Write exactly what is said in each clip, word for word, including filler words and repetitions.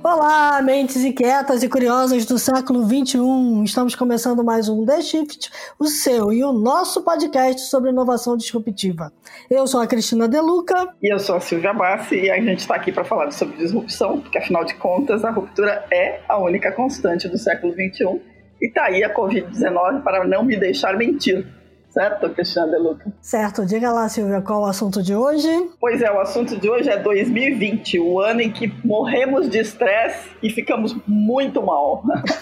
Olá, mentes inquietas e curiosas do século vinte e um. Estamos começando mais um The Shift, o seu e o nosso podcast sobre inovação disruptiva. Eu sou a Cristina De Luca. E eu sou a Silvia Bassi e a gente está aqui para falar sobre disrupção, porque afinal de contas a ruptura é a única constante do século vinte e um. E tá aí a covid dezenove para não me deixar mentir. Certo, Cristina De Luca? Certo. Diga lá, Silvia, qual o assunto de hoje? Pois é, o assunto de hoje é dois mil e vinte, o ano em que morremos de estresse e ficamos muito mal.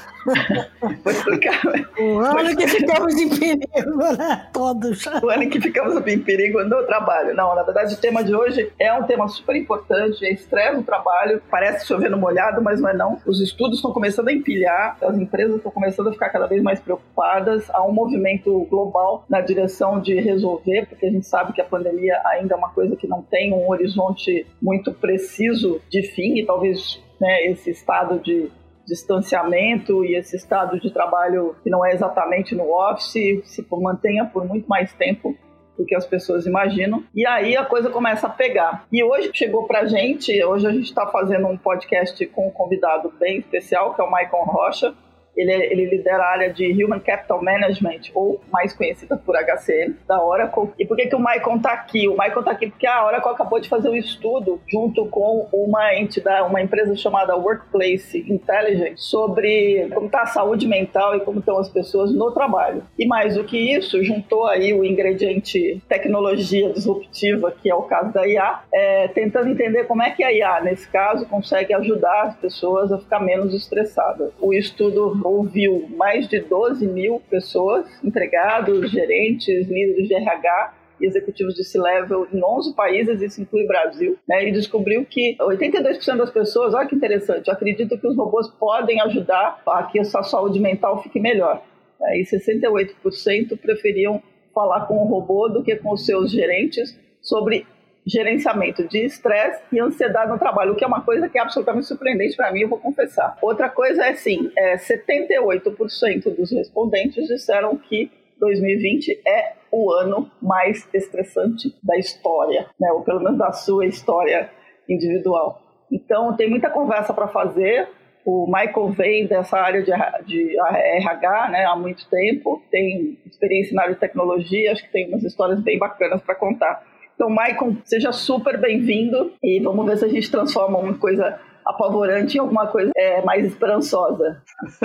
Vou explicar. O ano que ficamos em perigo, né? Todos. O ano em que ficamos em perigo no trabalho. Não, na verdade, o tema de hoje é um tema super importante, é estresse no trabalho. Parece chover no molhado, mas não é não. Os estudos estão começando a empilhar, as empresas estão começando a ficar cada vez mais preocupadas. Há um movimento global na direção de resolver, porque a gente sabe que a pandemia ainda é uma coisa que não tem um horizonte muito preciso de fim, e talvez, né, esse estado de distanciamento e esse estado de trabalho que não é exatamente no office se mantenha por muito mais tempo do que as pessoas imaginam, e aí a coisa começa a pegar. E hoje chegou pra gente, hoje a gente está fazendo um podcast com um convidado bem especial, que é o Maicon Rocha. Ele, ele lidera a área de Human Capital Management, ou mais conhecida por H C M, da Oracle. E por que, que o Maicon está aqui? O Maicon está aqui porque a Oracle acabou de fazer um estudo junto com uma entidade, uma empresa chamada Workplace Intelligence, sobre como está a saúde mental e como estão as pessoas no trabalho. E mais do que isso, juntou aí o ingrediente tecnologia disruptiva, que é o caso da I A, é, tentando entender como é que a I A, nesse caso, consegue ajudar as pessoas a ficar menos estressadas. O estudo ouviu mais de doze mil pessoas, empregados, gerentes, líderes de R H e executivos de C-Level em onze países, isso inclui o Brasil, né, e descobriu que oitenta e dois por cento das pessoas, olha que interessante, acreditam que os robôs podem ajudar a que a sua saúde mental fique melhor. Né, e sessenta e oito por cento preferiam falar com o robô do que com os seus gerentes sobre gerenciamento de estresse e ansiedade no trabalho, o que é uma coisa que é absolutamente surpreendente para mim, eu vou confessar. Outra coisa é, sim, é, setenta e oito por cento dos respondentes disseram que dois mil e vinte é o ano mais estressante da história, né, ou pelo menos da sua história individual. Então, tem muita conversa para fazer. O Michael vem dessa área de, de R H, né, há muito tempo, tem experiência na área de tecnologia, acho que tem umas histórias bem bacanas para contar. Então, Maicon, seja super bem-vindo e vamos ver se a gente transforma uma coisa apavorante em alguma coisa é, mais esperançosa.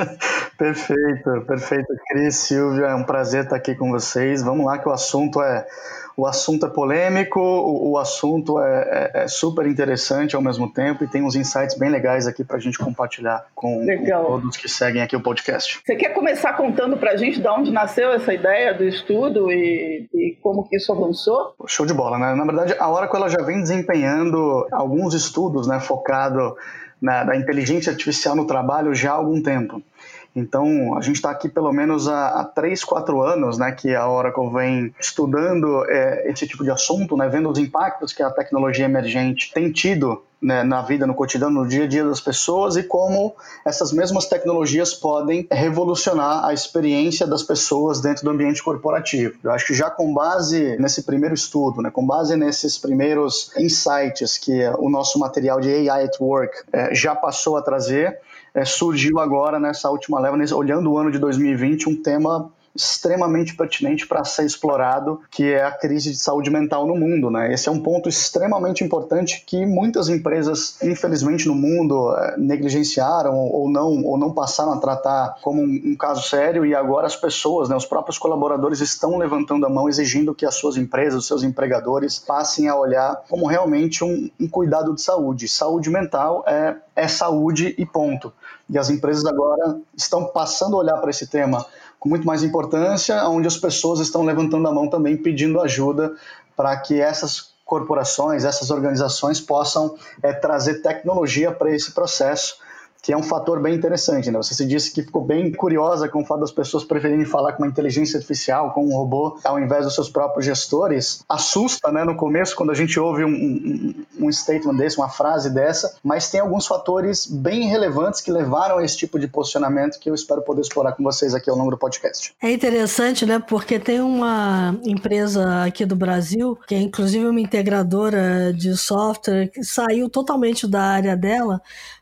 Perfeito, perfeito. Cris, Silvia, é um prazer estar aqui com vocês. Vamos lá que o assunto é, o assunto é polêmico, o, o assunto é, é, é super interessante ao mesmo tempo e tem uns insights bem legais aqui para a gente compartilhar com, com todos que seguem aqui o podcast. Você quer começar contando para a gente de onde nasceu essa ideia do estudo e, e como que isso avançou? Show de bola, né? Na verdade, a Oracle ela já vem desempenhando alguns estudos, né, focado na, na inteligência artificial no trabalho já há algum tempo. Então, a gente está aqui pelo menos há, há três, quatro anos, né, que a Oracle vem estudando é, esse tipo de assunto, né, vendo os impactos que a tecnologia emergente tem tido, né, na vida, no cotidiano, no dia a dia das pessoas e como essas mesmas tecnologias podem revolucionar a experiência das pessoas dentro do ambiente corporativo. Eu acho que já com base nesse primeiro estudo, né, com base nesses primeiros insights que o nosso material de A I at Work é, já passou a trazer, É, surgiu agora nessa última leva, nesse, olhando o ano de dois mil e vinte, um tema extremamente pertinente para ser explorado, que é a crise de saúde mental no mundo, né? Esse é um ponto extremamente importante que muitas empresas, infelizmente, no mundo é, negligenciaram ou não, ou não passaram a tratar como um, um caso sério, e agora as pessoas, né, os próprios colaboradores estão levantando a mão, exigindo que as suas empresas, os seus empregadores passem a olhar como realmente um, um cuidado de saúde. Saúde mental é, é saúde e ponto. E as empresas agora estão passando a olhar para esse tema com muito mais importância, onde as pessoas estão levantando a mão também, pedindo ajuda para que essas corporações, essas organizações possam é, trazer tecnologia para esse processo, que é um fator bem interessante, né? Você se disse que ficou bem curiosa com o fato das pessoas preferirem falar com uma inteligência artificial, com um robô, ao invés dos seus próprios gestores. Assusta, né, no começo, quando a gente ouve um, um, um statement desse, uma frase dessa, mas tem alguns fatores bem relevantes que levaram a esse tipo de posicionamento que eu espero poder explorar com vocês aqui ao longo do podcast. É interessante, né, porque tem uma empresa aqui do Brasil, que é inclusive uma integradora de software, que saiu totalmente da área dela,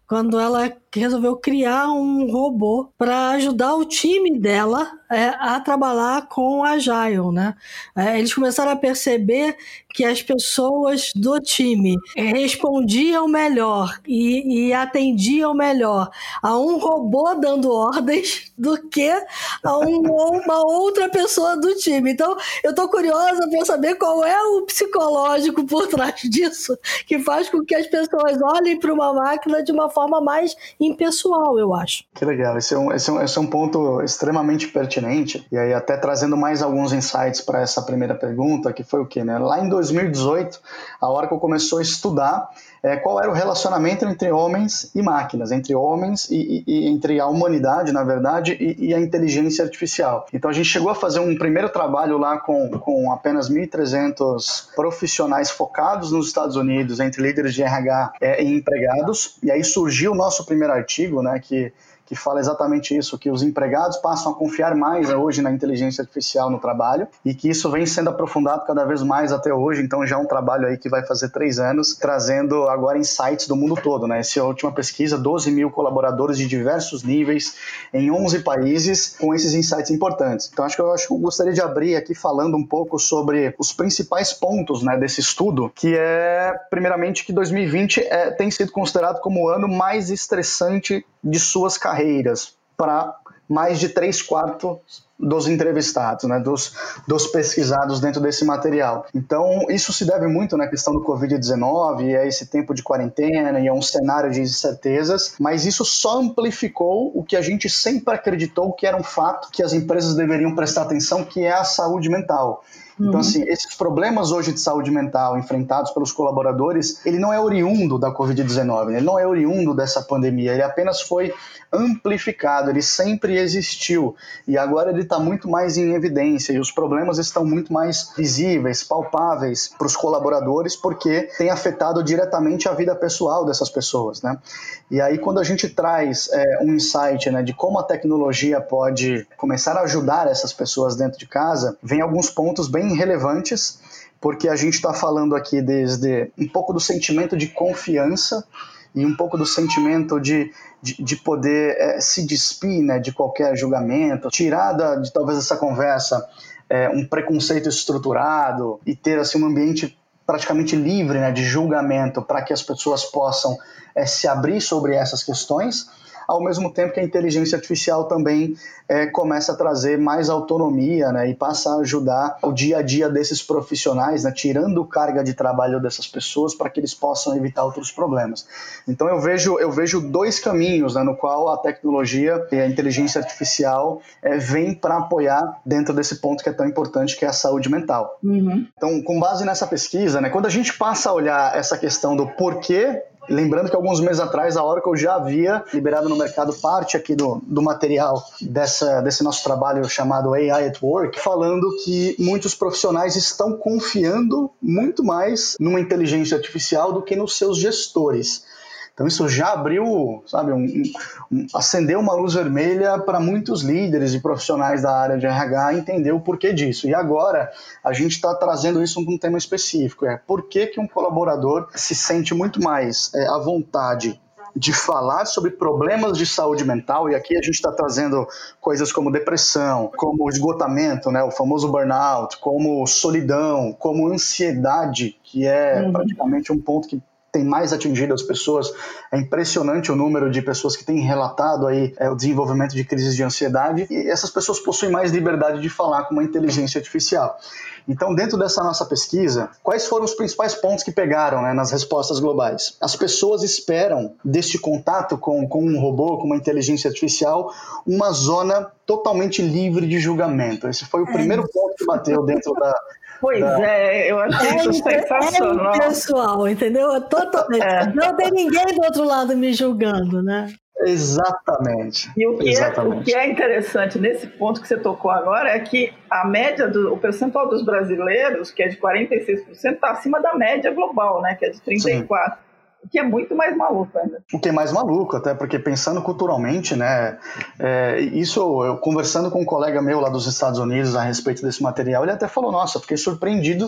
quando ela resolveu criar um robô para ajudar o time dela é, a trabalhar com Agile, né? É, eles começaram a perceber que as pessoas do time respondiam melhor e, e atendiam melhor a um robô dando ordens do que a um, uma outra pessoa do time. Então, eu estou curiosa para saber qual é o psicológico por trás disso, que faz com que as pessoas olhem para uma máquina de uma forma mais impessoal, eu acho. Que legal, esse é um, esse é um, esse é um ponto extremamente pertinente, e aí até trazendo mais alguns insights para essa primeira pergunta, que foi o quê, né? Lá em dois mil e dezoito, a Oracle começou a estudar é, qual era o relacionamento entre homens e máquinas, entre homens e, e, e entre a humanidade, na verdade, e, e a inteligência artificial. Então a gente chegou a fazer um primeiro trabalho lá com, com apenas mil e trezentos profissionais focados nos Estados Unidos, entre líderes de R H é, e empregados, e aí surgiu o nosso primeiro artigo, né, que que fala exatamente isso, que os empregados passam a confiar mais hoje na inteligência artificial no trabalho e que isso vem sendo aprofundado cada vez mais até hoje, então já é um trabalho aí que vai fazer três anos, trazendo agora insights do mundo todo, né? Essa é a última pesquisa, doze mil colaboradores de diversos níveis em onze países com esses insights importantes. Então acho que eu, acho que eu gostaria de abrir aqui falando um pouco sobre os principais pontos, né, desse estudo, que é, primeiramente, que dois mil e vinte é, tem sido considerado como o ano mais estressante de suas carreiras para mais de três quartos dos entrevistados, né, dos, dos pesquisados dentro desse material. Então, isso se deve muito na questão do covid dezenove, e a esse tempo de quarentena, e a um cenário de incertezas, mas isso só amplificou o que a gente sempre acreditou que era um fato que as empresas deveriam prestar atenção, que é a saúde mental. Então, assim, esses problemas hoje de saúde mental enfrentados pelos colaboradores, ele não é oriundo da covid dezenove, ele não é oriundo dessa pandemia, ele apenas foi amplificado, ele sempre existiu e agora ele está muito mais em evidência e os problemas estão muito mais visíveis, palpáveis para os colaboradores porque tem afetado diretamente a vida pessoal dessas pessoas, né? E aí quando a gente traz é, um insight, né, de como a tecnologia pode começar a ajudar essas pessoas dentro de casa, vem alguns pontos bem relevantes, porque a gente está falando aqui desde um pouco do sentimento de confiança e um pouco do sentimento de, de, de poder é, se despir, né, de qualquer julgamento, tirar da, de talvez essa conversa é, um preconceito estruturado e ter assim, um ambiente praticamente livre, né, de julgamento para que as pessoas possam é, se abrir sobre essas questões, ao mesmo tempo que a inteligência artificial também é, começa a trazer mais autonomia, né, e passa a ajudar o dia a dia desses profissionais, né, tirando carga de trabalho dessas pessoas para que eles possam evitar outros problemas. Então eu vejo, eu vejo dois caminhos, né, no qual a tecnologia e a inteligência artificial é, vem para apoiar dentro desse ponto que é tão importante, que é a saúde mental. Uhum. Então, com base nessa pesquisa, né, quando a gente passa a olhar essa questão do porquê, lembrando que alguns meses atrás a Oracle já havia liberado no mercado parte aqui do, do material dessa, desse nosso trabalho chamado A I at Work, falando que muitos profissionais estão confiando muito mais numa inteligência artificial do que nos seus gestores. Então isso já abriu, sabe, um, um, acendeu uma luz vermelha para muitos líderes e profissionais da área de R H entender o porquê disso. E agora a gente está trazendo isso para um tema específico, é por que que um colaborador se sente muito mais é, à vontade de falar sobre problemas de saúde mental, e aqui a gente está trazendo coisas como depressão, como esgotamento, né, o famoso burnout, como solidão, como ansiedade, que é uhum. praticamente um ponto que tem mais atingido as pessoas. É impressionante o número de pessoas que têm relatado aí é, o desenvolvimento de crises de ansiedade, e essas pessoas possuem mais liberdade de falar com uma inteligência artificial. Então, dentro dessa nossa pesquisa, quais foram os principais pontos que pegaram, né, nas respostas globais? As pessoas esperam deste contato com, com um robô, com uma inteligência artificial, uma zona totalmente livre de julgamento. Esse foi o primeiro ponto que bateu dentro da... Pois da... é, eu achei é, isso sensacional. É pessoal, entendeu? Totalmente. É. Não tem ninguém do outro lado me julgando, né? Exatamente. E o que, Exatamente. É, o que é interessante nesse ponto que você tocou agora é que a média, do, o percentual dos brasileiros, que é de quarenta e seis por cento, está acima da média global, né, que é de trinta e quatro por cento. Sim. O que é muito mais maluco ainda. O que é mais maluco, até porque pensando culturalmente, né, é, isso eu conversando com um colega meu lá dos Estados Unidos a respeito desse material, ele até falou, nossa, fiquei surpreendido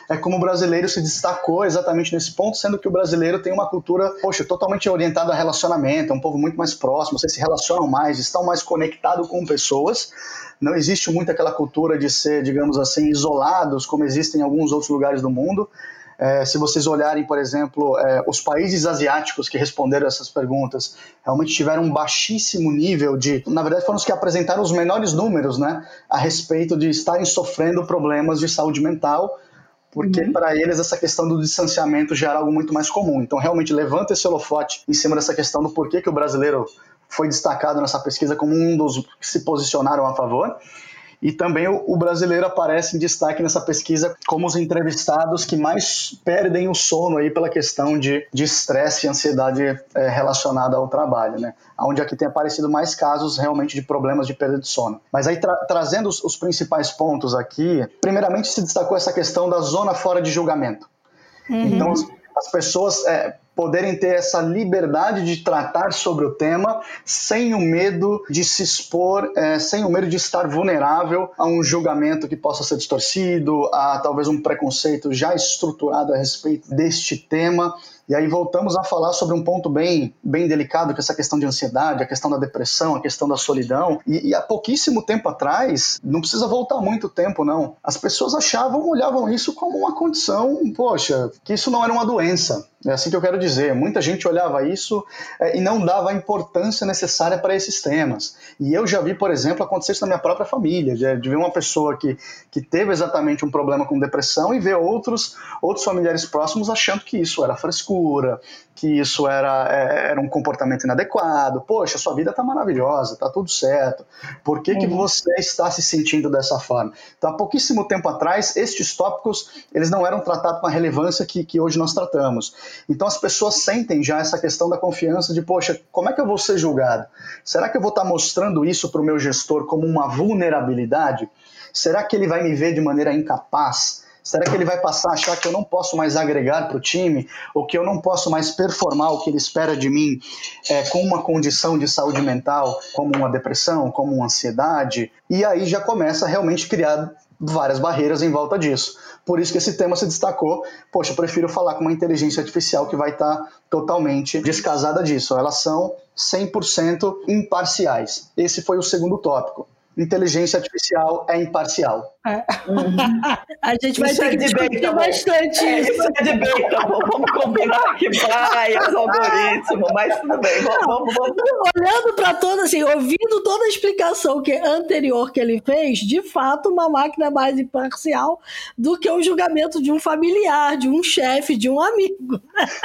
é como o brasileiro se destacou exatamente nesse ponto, sendo que o brasileiro tem uma cultura, poxa, totalmente orientada a relacionamento, é um povo muito mais próximo, vocês se relacionam mais, estão mais conectados com pessoas. Não existe muito aquela cultura de ser, digamos assim, isolados, como existe em alguns outros lugares do mundo. É, se vocês olharem, por exemplo, é, os países asiáticos que responderam essas perguntas realmente tiveram um baixíssimo nível de... Na verdade, foram os que apresentaram os menores números, né, a respeito de estarem sofrendo problemas de saúde mental, porque uhum. para eles essa questão do distanciamento já era algo muito mais comum. Então, realmente, levanta esse holofote em cima dessa questão do porquê que o brasileiro foi destacado nessa pesquisa como um dos que se posicionaram a favor. E também o, o brasileiro aparece em destaque nessa pesquisa como os entrevistados que mais perdem o sono aí pela questão de estresse e ansiedade é, relacionada ao trabalho, né? Onde aqui tem aparecido mais casos realmente de problemas de perda de sono. Mas aí tra- trazendo os, os principais pontos aqui, primeiramente se destacou essa questão da zona fora de julgamento. Uhum. Então as, as pessoas... É, poderem ter essa liberdade de tratar sobre o tema sem o medo de se expor, é, sem o medo de estar vulnerável a um julgamento que possa ser distorcido, a talvez um preconceito já estruturado a respeito deste tema. E aí voltamos a falar sobre um ponto bem, bem delicado, que é essa questão de ansiedade, a questão da depressão, a questão da solidão. E, e há pouquíssimo tempo atrás, não precisa voltar muito tempo não, as pessoas achavam, olhavam isso como uma condição, poxa, que isso não era uma doença. É assim que eu quero dizer. Muita gente olhava isso é, e não dava a importância necessária para esses temas. E eu já vi, por exemplo, acontecer isso na minha própria família, de, de ver uma pessoa que, que teve exatamente um problema com depressão e ver outros, outros familiares próximos achando que isso era frescura, que isso era, é, era um comportamento inadequado. Poxa, sua vida está maravilhosa, está tudo certo. Por que, uhum. que você está se sentindo dessa forma? Então, há pouquíssimo tempo atrás, estes tópicos eles não eram tratados com a relevância que, que hoje nós tratamos. Então as pessoas sentem já essa questão da confiança de, poxa, como é que eu vou ser julgado? Será que eu vou estar mostrando isso para o meu gestor como uma vulnerabilidade? Será que ele vai me ver de maneira incapaz? Será que ele vai passar a achar que eu não posso mais agregar para o time? Ou que eu não posso mais performar o que ele espera de mim é, com uma condição de saúde mental, como uma depressão, como uma ansiedade? E aí já começa a realmente criar várias barreiras em volta disso. Por isso que esse tema se destacou. Poxa, eu prefiro falar com uma inteligência artificial que vai estar totalmente descasada disso. Elas são cem por cento imparciais. Esse foi o segundo tópico. Inteligência artificial é imparcial. É. Uhum. A gente vai isso ter é que discutir debate, bastante é, isso. Isso é debate, tá bom? Vamos combinar que vai, os algoritmos, mas tudo bem, vamos, vamos, vamos. Olhando para toda, assim, ouvindo toda a explicação que, anterior que ele fez, de fato, uma máquina é mais imparcial do que o julgamento de um familiar, de um chefe, de um amigo.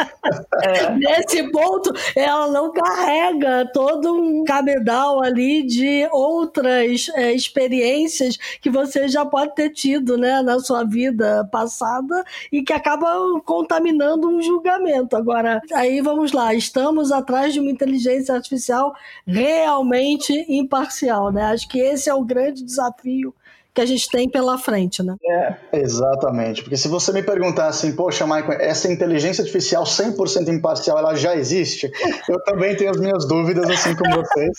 É. Nesse ponto, ela não carrega todo um cabedal ali de outras é, experiências que você já pode ter tido, né, na sua vida passada e que acabam contaminando um julgamento. Agora, aí vamos lá, estamos atrás de uma inteligência artificial realmente imparcial, né? Acho que esse é o grande desafio que a gente tem pela frente, né? É, exatamente. Porque se você me perguntar assim, poxa, Michael, essa inteligência artificial cem por cento imparcial, ela já existe? Eu também tenho as minhas dúvidas, assim como vocês.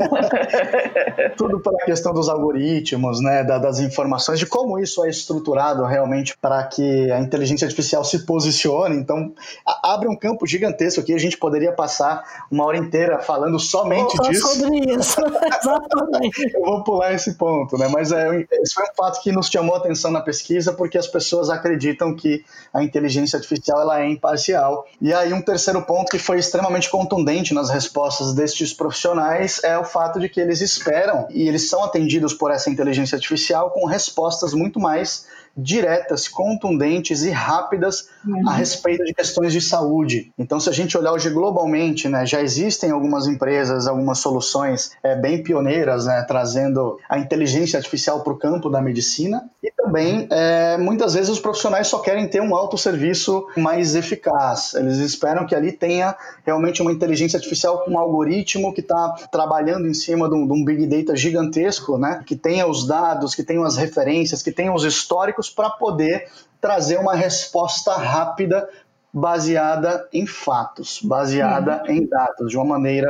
Tudo pela questão dos algoritmos, né, das informações, de como isso é estruturado realmente para que a inteligência artificial se posicione. Então, abre um campo gigantesco aqui, a gente poderia passar uma hora inteira falando somente Só disso. sobre isso, exatamente. Eu vou pular esse ponto, né, mas é esse foi um fato que nos chamou a atenção na pesquisa, porque as pessoas acreditam que a inteligência artificial ela é imparcial. E aí um terceiro ponto que foi extremamente contundente nas respostas destes profissionais é o fato de que eles esperam, e eles são atendidos por essa inteligência artificial com respostas muito mais diretas, contundentes e rápidas uhum. a respeito de questões de saúde. Então, se a gente olhar hoje globalmente, né, já existem algumas empresas, algumas soluções é, bem pioneiras, né, trazendo a inteligência artificial para o campo da medicina, e também, é, muitas vezes, os profissionais só querem ter um autosserviço mais eficaz. Eles esperam que ali tenha realmente uma inteligência artificial com um algoritmo que está trabalhando em cima de um, de um Big Data gigantesco, né, que tenha os dados, que tenha as referências, que tenha os históricos para poder trazer uma resposta rápida baseada em fatos, baseada uhum. em dados, de uma maneira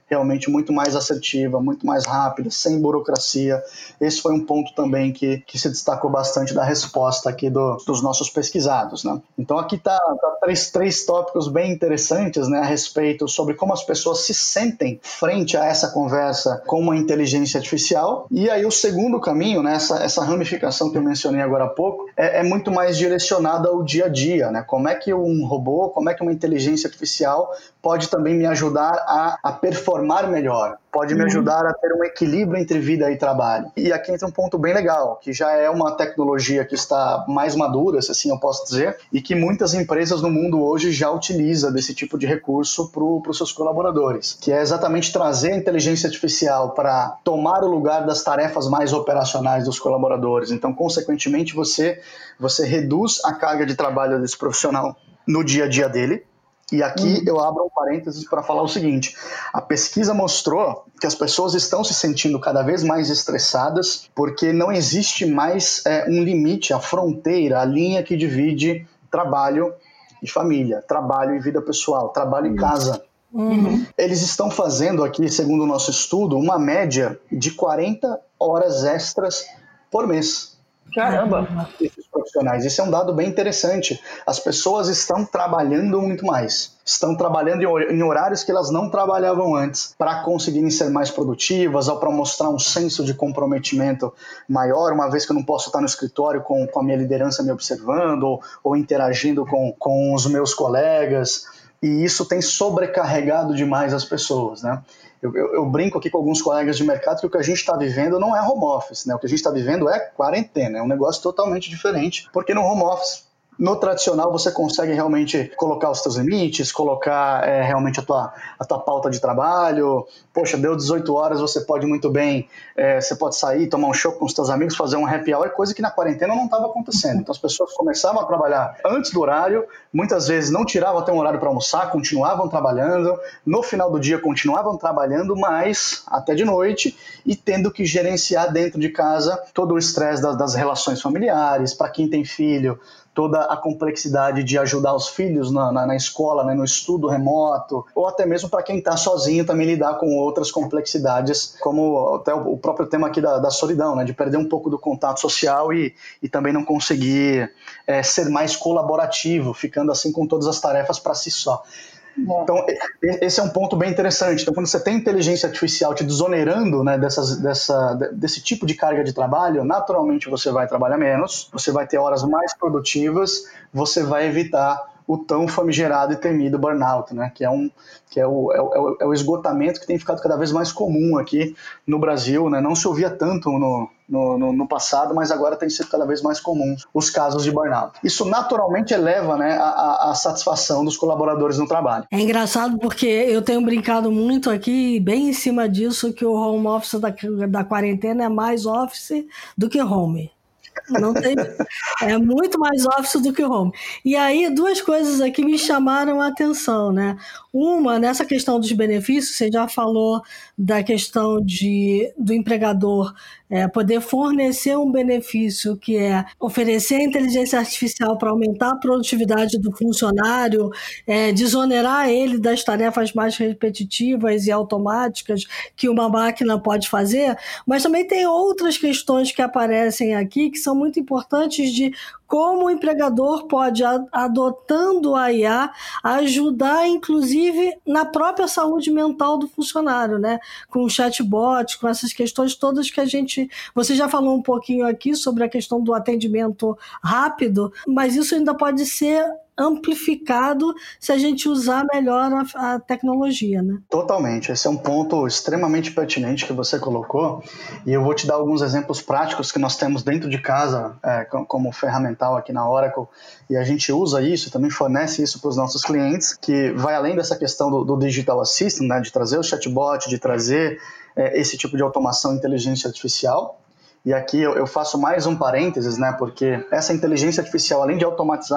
realmente muito mais assertiva, muito mais rápida, sem burocracia. Esse foi um ponto também que, que se destacou bastante da resposta aqui do, dos nossos pesquisados, né? Então aqui está tá três, três tópicos bem interessantes, né, a respeito sobre como as pessoas se sentem frente a essa conversa com uma inteligência artificial. E aí o segundo caminho, né, essa, essa ramificação que eu mencionei agora há pouco, é, é muito mais direcionada ao dia a dia, né? Como é que um robô, como é que uma inteligência artificial pode também me ajudar a, a performar melhor, pode me ajudar a ter um equilíbrio entre vida e trabalho. E aqui entra um ponto bem legal, que já é uma tecnologia que está mais madura, se assim eu posso dizer, e que muitas empresas no mundo hoje já utilizam desse tipo de recurso para os seus colaboradores, que é exatamente trazer a inteligência artificial para tomar o lugar das tarefas mais operacionais dos colaboradores. Então, consequentemente, você, você reduz a carga de trabalho desse profissional no dia a dia dele. E aqui eu abro um parênteses para falar o seguinte: a pesquisa mostrou que as pessoas estão se sentindo cada vez mais estressadas porque não existe mais é, um limite, a fronteira, a linha que divide trabalho e família, trabalho e vida pessoal, trabalho e casa. Uhum. Eles estão fazendo aqui, segundo o nosso estudo, uma média de quarenta horas extras por mês. Caramba! Esses profissionais. Esse é um dado bem interessante. As pessoas estão trabalhando muito mais. Estão trabalhando em horários que elas não trabalhavam antes para conseguirem ser mais produtivas ou para mostrar um senso de comprometimento maior, uma vez que eu não posso estar no escritório com, com a minha liderança me observando ou, ou interagindo com, com os meus colegas. E isso tem sobrecarregado demais as pessoas, né? Eu, eu, eu brinco aqui com alguns colegas de mercado que o que a gente está vivendo não é home office, né? O que a gente está vivendo é quarentena, é um negócio totalmente diferente, porque no home office, no tradicional, você consegue realmente colocar os teus limites, colocar é, realmente a tua, a tua pauta de trabalho. Poxa, deu dezoito horas, você pode muito bem, é, você pode sair, tomar um chopp com os teus amigos, fazer um happy hour, coisa que na quarentena não estava acontecendo. Então as pessoas começavam a trabalhar antes do horário, muitas vezes não tiravam até um horário para almoçar, continuavam trabalhando, no final do dia continuavam trabalhando, mas até de noite, e tendo que gerenciar dentro de casa todo o estresse das, das relações familiares, para quem tem filho, toda a complexidade de ajudar os filhos na, na, na escola, né, no estudo remoto, ou até mesmo para quem está sozinho também lidar com outras complexidades, como até o próprio tema aqui da, da solidão, né, de perder um pouco do contato social e, e também não conseguir é, ser mais colaborativo, ficando assim com todas as tarefas para si só. Então, esse é um ponto bem interessante. Então, quando você tem inteligência artificial te desonerando, né, dessas, dessa, desse tipo de carga de trabalho, naturalmente você vai trabalhar menos, você vai ter horas mais produtivas, você vai evitar o tão famigerado e temido burnout, né, que, é, um, que é, o, é, o, é o esgotamento que tem ficado cada vez mais comum aqui no Brasil, né? Não se ouvia tanto no, no, no, no passado, mas agora tem sido cada vez mais comum os casos de burnout. Isso naturalmente eleva, né, a, a satisfação dos colaboradores no trabalho. É engraçado porque eu tenho brincado muito aqui, bem em cima disso, que o home office da, da quarentena é mais office do que home. Não tem, é muito mais office do que home. E aí, duas coisas aqui me chamaram a atenção, né? Uma, nessa questão dos benefícios, você já falou da questão de, do empregador é, poder fornecer um benefício que é oferecer a inteligência artificial para aumentar a produtividade do funcionário, é, desonerar ele das tarefas mais repetitivas e automáticas que uma máquina pode fazer, mas também tem outras questões que aparecem aqui que são muito importantes de como o empregador pode, adotando a I A, ajudar, inclusive, na própria saúde mental do funcionário, né? Com o chatbot, com essas questões todas que a gente... Você já falou um pouquinho aqui sobre a questão do atendimento rápido, mas isso ainda pode ser amplificado se a gente usar melhor a, a tecnologia, né? Totalmente. Esse é um ponto extremamente pertinente que você colocou, e eu vou te dar alguns exemplos práticos que nós temos dentro de casa é, como ferramental aqui na Oracle, e a gente usa isso, também fornece isso para os nossos clientes, que vai além dessa questão do, do Digital Assistant, né, de trazer o chatbot, de trazer é, esse tipo de automação e inteligência artificial. E aqui eu, eu faço mais um parênteses, né, porque essa inteligência artificial, além de automatizar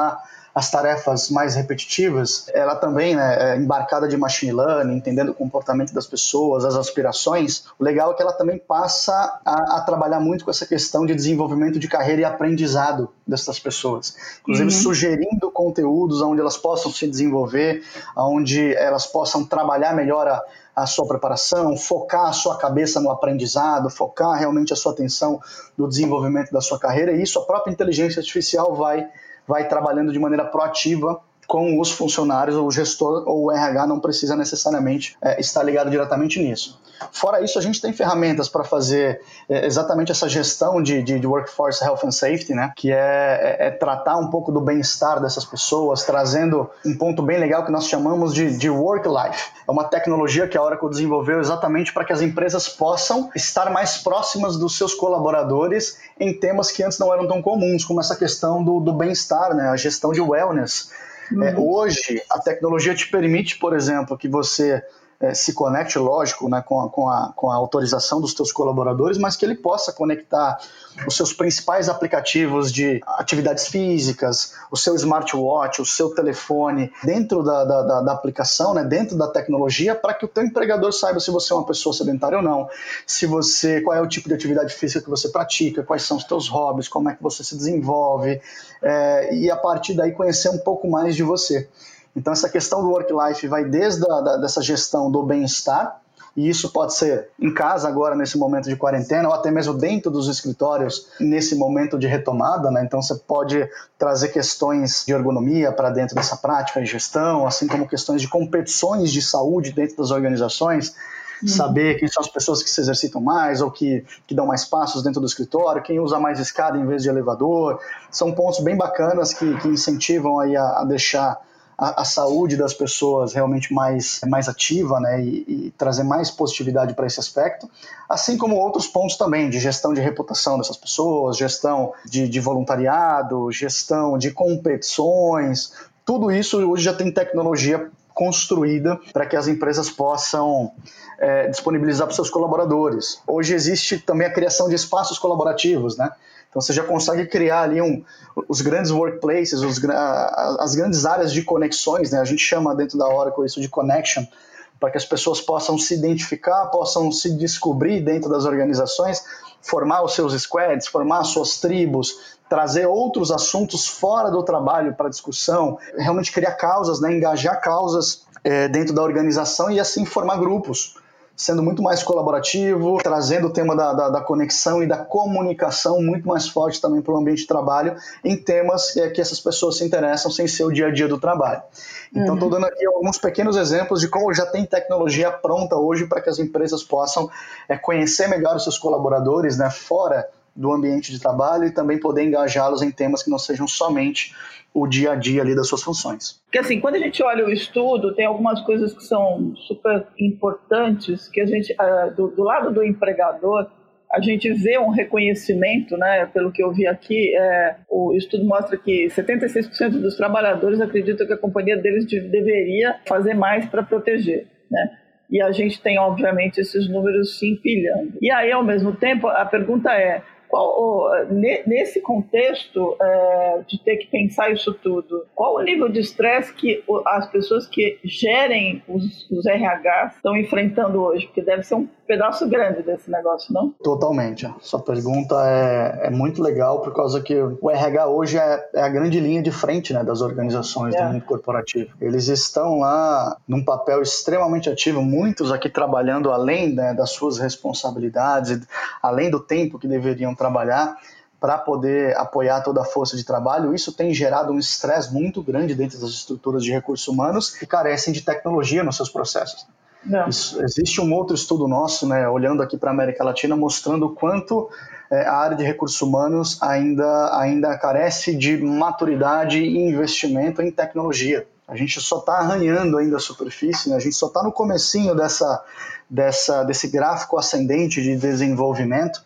as tarefas mais repetitivas, ela também, né, é embarcada de machine learning, entendendo o comportamento das pessoas, as aspirações. O legal é que ela também passa a, a trabalhar muito com essa questão de desenvolvimento de carreira e aprendizado dessas pessoas. Inclusive uhum. sugerindo conteúdos onde elas possam se desenvolver, onde elas possam trabalhar melhor a, a sua preparação, focar a sua cabeça no aprendizado, focar realmente a sua atenção no desenvolvimento da sua carreira, e isso a própria inteligência artificial vai vai trabalhando de maneira proativa com os funcionários, ou o gestor ou o R H não precisa necessariamente é, estar ligado diretamente nisso. Fora isso, a gente tem ferramentas para fazer é, exatamente essa gestão de, de, de Workforce Health and Safety, né? Que é, é, é tratar um pouco do bem-estar dessas pessoas, trazendo um ponto bem legal que nós chamamos de, de Work-Life. É uma tecnologia que a Oracle desenvolveu exatamente para que as empresas possam estar mais próximas dos seus colaboradores em temas que antes não eram tão comuns, como essa questão do, do bem-estar, né? A gestão de wellness. Uhum. É, hoje, a tecnologia te permite, por exemplo, que você é, se conecte, lógico, né, com, a, com, a, com a autorização dos teus colaboradores, mas que ele possa conectar os seus principais aplicativos de atividades físicas, o seu smartwatch, o seu telefone, dentro da, da, da, da aplicação, né, dentro da tecnologia, para que o teu empregador saiba se você é uma pessoa sedentária ou não, se você, qual é o tipo de atividade física que você pratica, quais são os teus hobbies, como é que você se desenvolve, é, e a partir daí conhecer um pouco mais de você. Então essa questão do work-life vai desde a, da, dessa gestão do bem-estar, e isso pode ser em casa agora nesse momento de quarentena, ou até mesmo dentro dos escritórios nesse momento de retomada, né? Então você pode trazer questões de ergonomia para dentro dessa prática de gestão, assim como questões de competições de saúde dentro das organizações, uhum. saber quem são as pessoas que se exercitam mais ou que, que dão mais passos dentro do escritório, quem usa mais escada em vez de elevador. São pontos bem bacanas que, que incentivam aí a, a deixar a, a saúde das pessoas realmente mais, mais ativa, né, e, e trazer mais positividade para esse aspecto, assim como outros pontos também de gestão de reputação dessas pessoas, gestão de, de voluntariado, gestão de competições. Tudo isso hoje já tem tecnologia construída para que as empresas possam é, disponibilizar para os seus colaboradores. Hoje existe também a criação de espaços colaborativos, né? Então você já consegue criar ali um, os grandes workplaces, os, as grandes áreas de conexões, né? A gente chama dentro da Oracle isso de connection, para que as pessoas possam se identificar, possam se descobrir dentro das organizações, formar os seus squads, formar as suas tribos, trazer outros assuntos fora do trabalho para discussão, realmente criar causas, né? Engajar causas é, dentro da organização e assim formar grupos, sendo muito mais colaborativo, trazendo o tema da, da, da conexão e da comunicação muito mais forte também para o ambiente de trabalho, em temas é, que essas pessoas se interessam sem ser o dia a dia do trabalho. Então, estou uhum. dando aqui alguns pequenos exemplos de como já tem tecnologia pronta hoje para que as empresas possam é, conhecer melhor os seus colaboradores, né, fora do ambiente de trabalho, e também poder engajá-los em temas que não sejam somente o dia a dia ali das suas funções. Porque assim, quando a gente olha o estudo, tem algumas coisas que são super importantes, que a gente, do, do lado do empregador, a gente vê um reconhecimento, né? Pelo que eu vi aqui, é, o estudo mostra que setenta e seis por cento dos trabalhadores acreditam que a companhia deles deveria fazer mais para proteger, né? E a gente tem, obviamente, esses números se empilhando. E aí, ao mesmo tempo, a pergunta é, qual, nesse contexto é, de ter que pensar isso tudo, qual o nível de estresse que as pessoas que gerem os, os R Hs estão enfrentando hoje? Porque deve ser um pedaço grande desse negócio, não? Totalmente. Sua pergunta é, é muito legal, por causa que o R H hoje é, é a grande linha de frente, né, das organizações é. do mundo corporativo. Eles estão lá num papel extremamente ativo, muitos aqui trabalhando além, né, das suas responsabilidades, além do tempo que deveriam trabalhar para poder apoiar toda a força de trabalho. Isso tem gerado um estresse muito grande dentro das estruturas de recursos humanos que carecem de tecnologia nos seus processos. Isso, existe um outro estudo nosso, né, olhando aqui para a América Latina, mostrando o quanto é, a área de recursos humanos ainda, ainda carece de maturidade e investimento em tecnologia. A gente só está arranhando ainda a superfície, né? A gente só está no comecinho dessa, dessa, desse gráfico ascendente de desenvolvimento,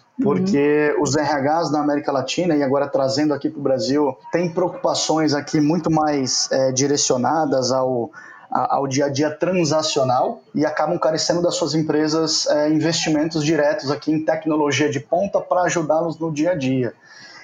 porque uhum. os R Hs na América Latina, e agora trazendo aqui para o Brasil, tem preocupações aqui muito mais é, direcionadas ao ao dia a dia transacional e acabam carecendo das suas empresas é, investimentos diretos aqui em tecnologia de ponta para ajudá-los no dia a dia.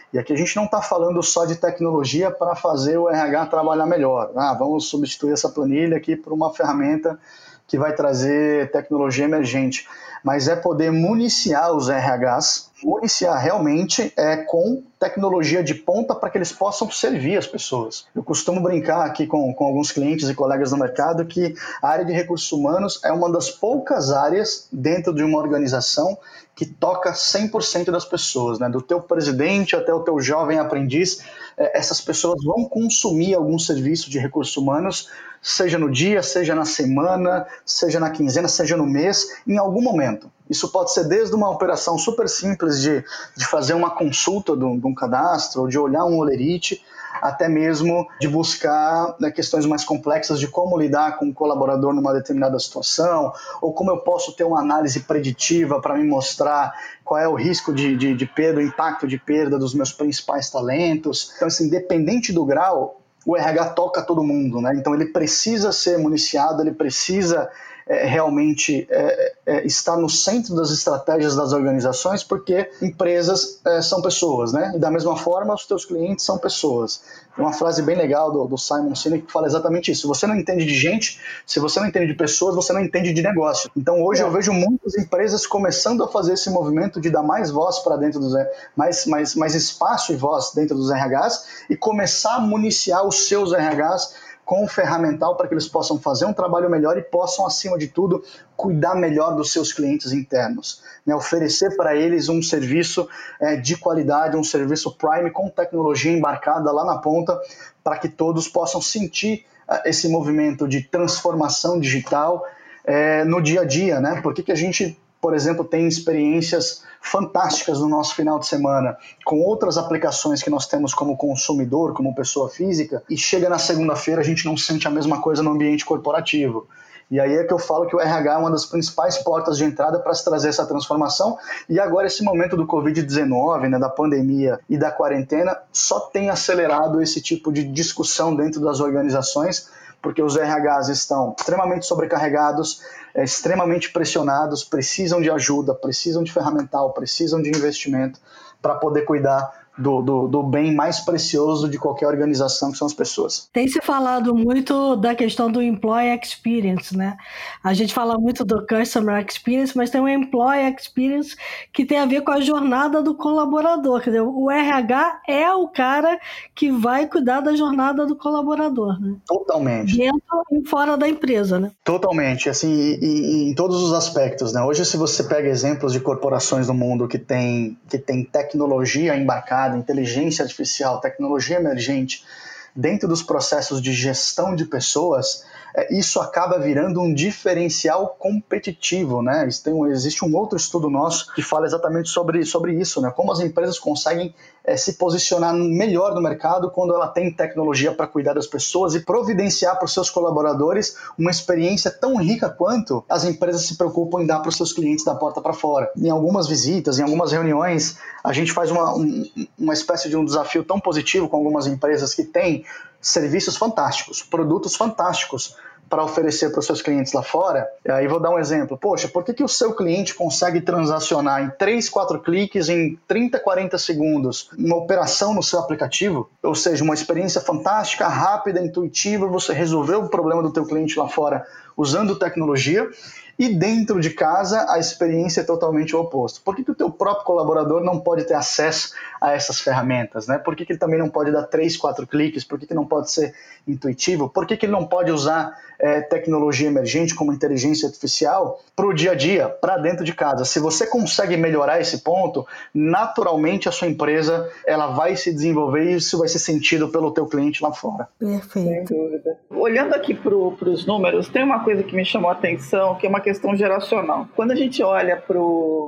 E aqui a gente não está falando só de tecnologia para fazer o R H trabalhar melhor. Ah, vamos substituir essa planilha aqui por uma ferramenta que vai trazer tecnologia emergente. Mas é poder municiar os R Hs, municiar realmente é, com tecnologia de ponta para que eles possam servir as pessoas. Eu costumo brincar aqui com, com alguns clientes e colegas no mercado que a área de recursos humanos é uma das poucas áreas dentro de uma organização que toca cem por cento das pessoas, né? Do teu presidente até o teu jovem aprendiz, essas pessoas vão consumir algum serviço de recursos humanos, seja no dia, seja na semana, seja na quinzena, seja no mês, em algum momento. Isso pode ser desde uma operação super simples de, de fazer uma consulta de um, de um cadastro, ou de olhar um holerite, até mesmo de buscar, né, questões mais complexas de como lidar com um colaborador numa determinada situação, ou como eu posso ter uma análise preditiva para me mostrar qual é o risco de, de, de perda, o impacto de perda dos meus principais talentos. Então, assim, independente do grau, o R H toca todo mundo, né? Então ele precisa ser municiado, ele precisa é, realmente é, é, estar no centro das estratégias das organizações, porque empresas é, são pessoas, né? E da mesma forma os teus clientes são pessoas. Tem uma frase bem legal do, do Simon Sinek que fala exatamente isso: se você não entende de gente, se você não entende de pessoas, você não entende de negócio. Então hoje é. eu vejo muitas empresas começando a fazer esse movimento de dar mais voz para dentro dos mais, mais, mais espaço e voz dentro dos R Hs e começar a municiar os seus R Hs com um ferramental para que eles possam fazer um trabalho melhor e possam, acima de tudo, cuidar melhor dos seus clientes internos, né? Oferecer para eles um serviço é, de qualidade, um serviço Prime com tecnologia embarcada lá na ponta, para que todos possam sentir uh, esse movimento de transformação digital é, no dia a dia, né? Por que que a gente, por exemplo, tem experiências fantásticas no nosso final de semana com outras aplicações que nós temos como consumidor, como pessoa física, e chega na segunda-feira a gente não sente a mesma coisa no ambiente corporativo. E aí é que eu falo que o R H é uma das principais portas de entrada para se trazer essa transformação, e agora esse momento do covid dezenove, né, da pandemia e da quarentena, só tem acelerado esse tipo de discussão dentro das organizações, porque os R Hs estão extremamente sobrecarregados, é, extremamente pressionados, precisam de ajuda, precisam de ferramental, precisam de investimento para poder cuidar do, do, do bem mais precioso de qualquer organização, que são as pessoas. Tem se falado muito da questão do Employee Experience, né? A gente fala muito do Customer Experience, mas tem o Employee Experience que tem a ver com a jornada do colaborador. Quer dizer, o R H é o cara que vai cuidar da jornada do colaborador, né? Totalmente. Dentro e fora da empresa, né? Totalmente, assim, e, e, em todos os aspectos, né? Hoje, se você pega exemplos de corporações do mundo que tem, que tem tecnologia embarcada, inteligência artificial, tecnologia emergente dentro dos processos de gestão de pessoas, isso acaba virando um diferencial competitivo, né? Existe um outro estudo nosso que fala exatamente sobre, sobre isso, né? Como as empresas conseguem é, se posicionar melhor no mercado quando ela tem tecnologia para cuidar das pessoas e providenciar para os seus colaboradores uma experiência tão rica quanto as empresas se preocupam em dar para os seus clientes da porta para fora. Em algumas visitas, em algumas reuniões, a gente faz uma, um, uma espécie de um desafio tão positivo com algumas empresas que têm serviços fantásticos, produtos fantásticos para oferecer para os seus clientes lá fora. E aí vou dar um exemplo. Poxa, por que que o seu cliente consegue transacionar em três, quatro cliques, em trinta, quarenta segundos, uma operação no seu aplicativo? Ou seja, uma experiência fantástica, rápida, intuitiva, você resolveu o problema do teu cliente lá fora usando tecnologia, e dentro de casa a experiência é totalmente o oposto. Por que que o teu próprio colaborador não pode ter acesso a essas ferramentas, né? Por que que ele também não pode dar três, quatro cliques? Por que que não pode ser intuitivo? Por que que ele não pode usar é, tecnologia emergente como inteligência artificial para o dia a dia, para dentro de casa? Se você consegue melhorar esse ponto, naturalmente a sua empresa ela vai se desenvolver e isso vai ser sentido pelo teu cliente lá fora. Perfeito. Sem dúvida. Olhando aqui para os números, tem uma coisa que me chamou a atenção, que é uma questão geracional. Quando a gente olha para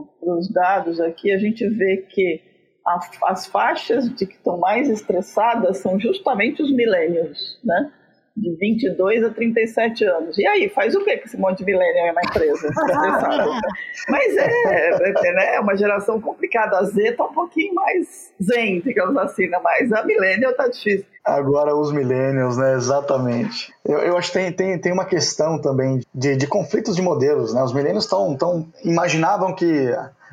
os dados aqui, a gente vê que a, as faixas de que estão mais estressadas são justamente os millennials, né? De vinte e dois a trinta e sete anos. E aí, faz o que com esse monte de millennial na empresa? Mas é, é uma geração complicada. A Z está um pouquinho mais zen, digamos assim, né? Mas a millennial está difícil. Agora os millennials, né? Exatamente. Eu, eu acho que tem, tem, tem uma questão também de, de conflitos de modelos, né? Os millennials tão, tão, imaginavam que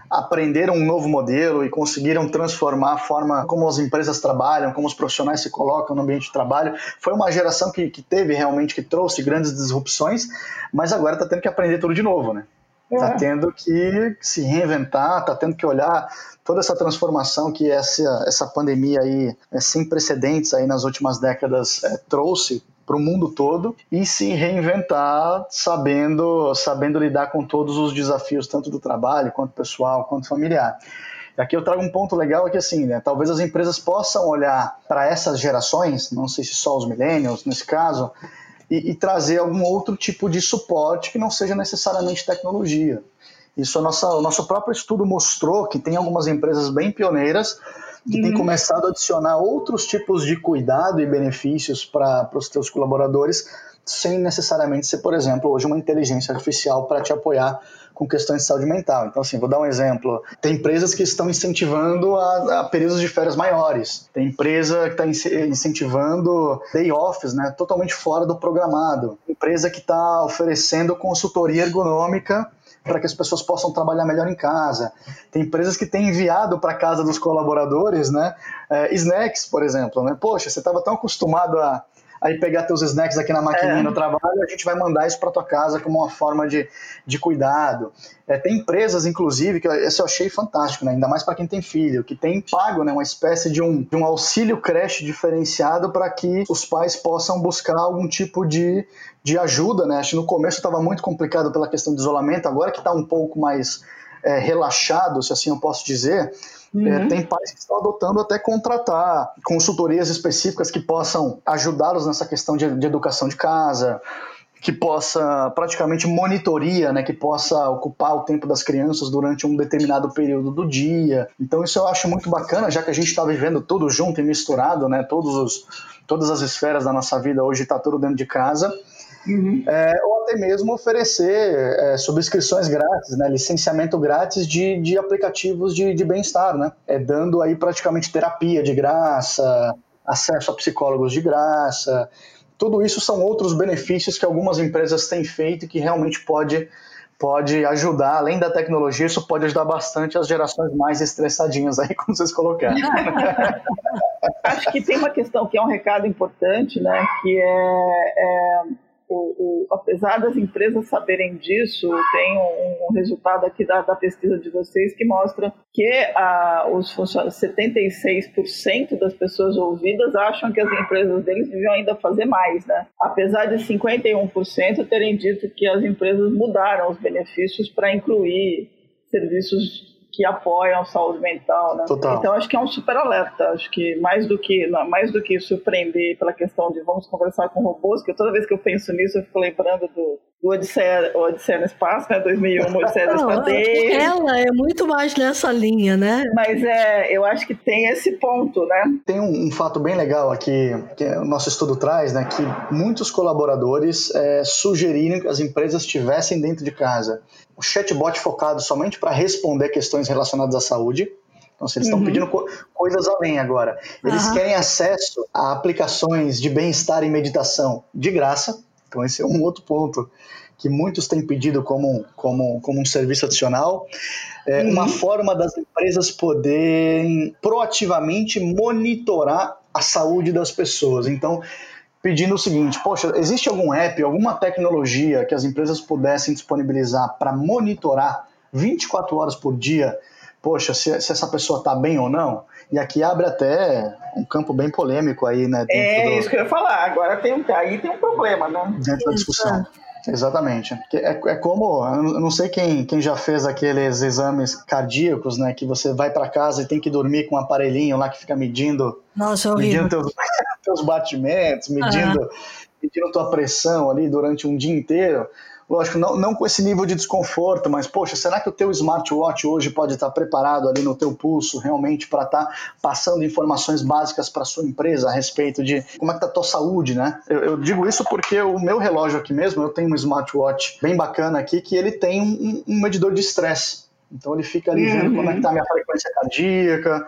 aprenderam um novo modelo e conseguiram transformar a forma como as empresas trabalham, como os profissionais se colocam no ambiente de trabalho. Foi uma geração que, que teve realmente, que trouxe grandes disrupções, mas agora está tendo que aprender tudo de novo, né? Está é. tendo que se reinventar, está tendo que olhar toda essa transformação que essa, essa pandemia aí, é, sem precedentes aí nas últimas décadas é, trouxe para o mundo todo e se reinventar sabendo, sabendo lidar com todos os desafios, tanto do trabalho, quanto pessoal, quanto familiar. E aqui eu trago um ponto legal, é que assim, né, talvez as empresas possam olhar para essas gerações, não sei se só os millennials nesse caso, e, e trazer algum outro tipo de suporte que não seja necessariamente tecnologia. Isso a nossa, o nosso próprio estudo mostrou que tem algumas empresas bem pioneiras que uhum. têm começado a adicionar outros tipos de cuidado e benefícios para os teus colaboradores, sem necessariamente ser, por exemplo, hoje uma inteligência artificial para te apoiar com questões de saúde mental. Então, assim, vou dar um exemplo. Tem empresas que estão incentivando a, a períodos de férias maiores. Tem empresa que está incentivando day offs, né, totalmente fora do programado. Empresa que está oferecendo consultoria ergonômica para que as pessoas possam trabalhar melhor em casa. Tem empresas que têm enviado para casa dos colaboradores, né, é, snacks, por exemplo. Né? Poxa, você estava tão acostumado a, a ir pegar teus snacks aqui na maquininha é. no trabalho, a gente vai mandar isso para tua casa como uma forma de, de cuidado. É, tem empresas, inclusive, que esse eu achei fantástico, né? Ainda mais para quem tem filho, que tem pago, né, uma espécie de um, de um auxílio creche diferenciado para que os pais possam buscar algum tipo de, de ajuda. Né? Acho que no começo estava muito complicado pela questão de isolamento, agora que está um pouco mais é, relaxado, se assim eu posso dizer, uhum. é, tem pais que estão adotando até contratar consultorias específicas que possam ajudá-los nessa questão de, de educação de casa, que possa, praticamente monitoria, né, que possa ocupar o tempo das crianças durante um determinado período do dia. Então isso eu acho muito bacana, já que a gente está vivendo tudo junto e misturado, né, todos os, todas as esferas da nossa vida hoje está tudo dentro de casa. Uhum. É, ou até mesmo oferecer é, subscrições grátis, né, licenciamento grátis de, de aplicativos de, de bem-estar, né, é, dando aí praticamente terapia de graça, acesso a psicólogos de graça. Tudo isso são outros benefícios que algumas empresas têm feito e que realmente pode, pode ajudar, além da tecnologia, isso pode ajudar bastante as gerações mais estressadinhas aí, como vocês colocaram. Acho que tem uma questão que é um recado importante, né, que é... é... O, o, apesar das empresas saberem disso, tem um, um resultado aqui da, da pesquisa de vocês que mostra que a, os funcionários, setenta e seis por cento das pessoas ouvidas acham que as empresas deles deviam ainda fazer mais, né? Apesar de cinquenta e um por cento terem dito que as empresas mudaram os benefícios para incluir serviços que apoiam a saúde mental, né? Total. Então acho que é um super alerta, acho que mais do que, não, mais do que surpreender pela questão de vamos conversar com robôs, que toda vez que eu penso nisso eu fico lembrando do, do Odisseia, Odisseia no Espaço, né, dois mil e um, Odisseia no Espaço. Ela é muito mais nessa linha, né? Mas é, eu acho que tem esse ponto, né? Tem um, um fato bem legal aqui, que o nosso estudo traz, né, que muitos colaboradores é, sugeriram que as empresas tivessem dentro de casa o chatbot focado somente para responder questões relacionadas à saúde. Então, se eles estão uhum. pedindo co- coisas além agora. Eles uhum. querem acesso a aplicações de bem-estar e meditação de graça. Então, esse é um outro ponto que muitos têm pedido como, como, como um serviço adicional. É uhum. uma forma das empresas poderem proativamente monitorar a saúde das pessoas. Então, pedindo o seguinte, poxa, existe algum app, alguma tecnologia que as empresas pudessem disponibilizar para monitorar vinte e quatro horas por dia, poxa, se, se essa pessoa está bem ou não? E aqui abre até um campo bem polêmico aí, né? É do... isso que eu ia falar, agora tem, aí tem um problema, né? Dentro da discussão. Exatamente. É, é como, eu não sei quem, quem já fez aqueles exames cardíacos, né, que você vai para casa e tem que dormir com um aparelhinho lá que fica medindo, Nossa, medindo teus, teus batimentos, medindo, ah. medindo tua pressão ali durante um dia inteiro. Lógico, não, não com esse nível de desconforto, mas, poxa, será que o teu smartwatch hoje pode estar preparado ali no teu pulso realmente para estar passando informações básicas para a sua empresa a respeito de como é que está a tua saúde, né? Eu, eu digo isso porque o meu relógio aqui mesmo, eu tenho um smartwatch bem bacana aqui, que ele tem um, um medidor de estresse. Então ele fica ali vendo uhum. como é que está a minha frequência cardíaca,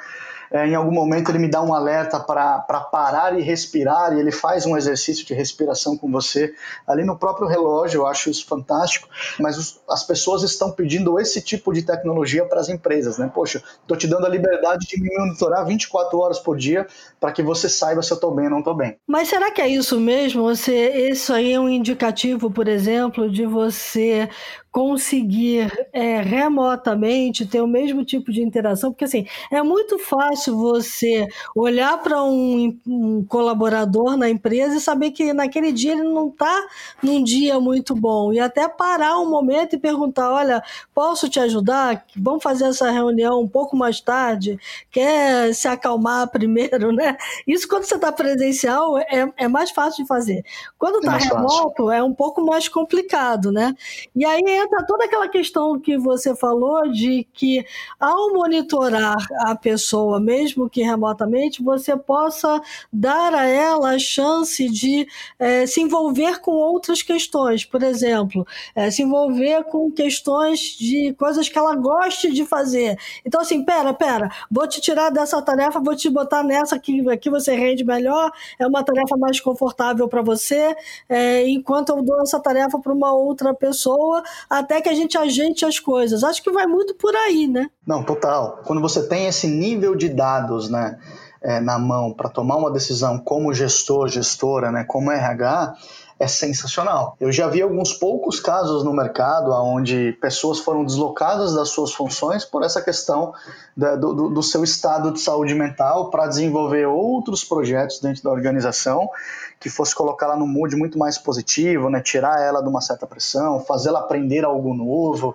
é, em algum momento ele me dá um alerta para parar e respirar, e ele faz um exercício de respiração com você ali no próprio relógio. Eu acho isso fantástico, mas os, as pessoas estão pedindo esse tipo de tecnologia para as empresas, né? Poxa, estou te dando a liberdade de me monitorar vinte e quatro horas por dia para que você saiba se eu estou bem ou não estou bem. Mas será que é isso mesmo? Você, isso aí é um indicativo, por exemplo, de você conseguir é, remotamente ter o mesmo tipo de interação? Porque assim, é muito fácil você olhar para um, um colaborador na empresa e saber que naquele dia ele não está num dia muito bom, e até parar um momento e perguntar, olha, posso te ajudar? Vamos fazer essa reunião um pouco mais tarde? Quer se acalmar primeiro, né? Isso quando você está presencial é, é mais fácil de fazer. Quando está remoto fácil. É um pouco mais complicado, né? E aí entra toda aquela questão que você falou de que ao monitorar a pessoa, mesmo que remotamente, você possa dar a ela a chance de é, se envolver com outras questões. Por exemplo, é, se envolver com questões de coisas que ela goste de fazer. Então assim, pera, pera, vou te tirar dessa tarefa, vou te botar nessa que aqui você rende melhor, é uma tarefa mais confortável para você, é, enquanto eu dou essa tarefa para uma outra pessoa, até que a gente ajeite as coisas. Acho que vai muito por aí, né? Não, total. Quando você tem esse nível de dados, né, é, na mão para tomar uma decisão como gestor, gestora, né, como R H, é sensacional. Eu já vi alguns poucos casos no mercado onde pessoas foram deslocadas das suas funções por essa questão da, do, do seu estado de saúde mental para desenvolver outros projetos dentro da organização que fosse colocá-la num mood muito mais positivo, né? Tirar ela de uma certa pressão, fazê-la aprender algo novo,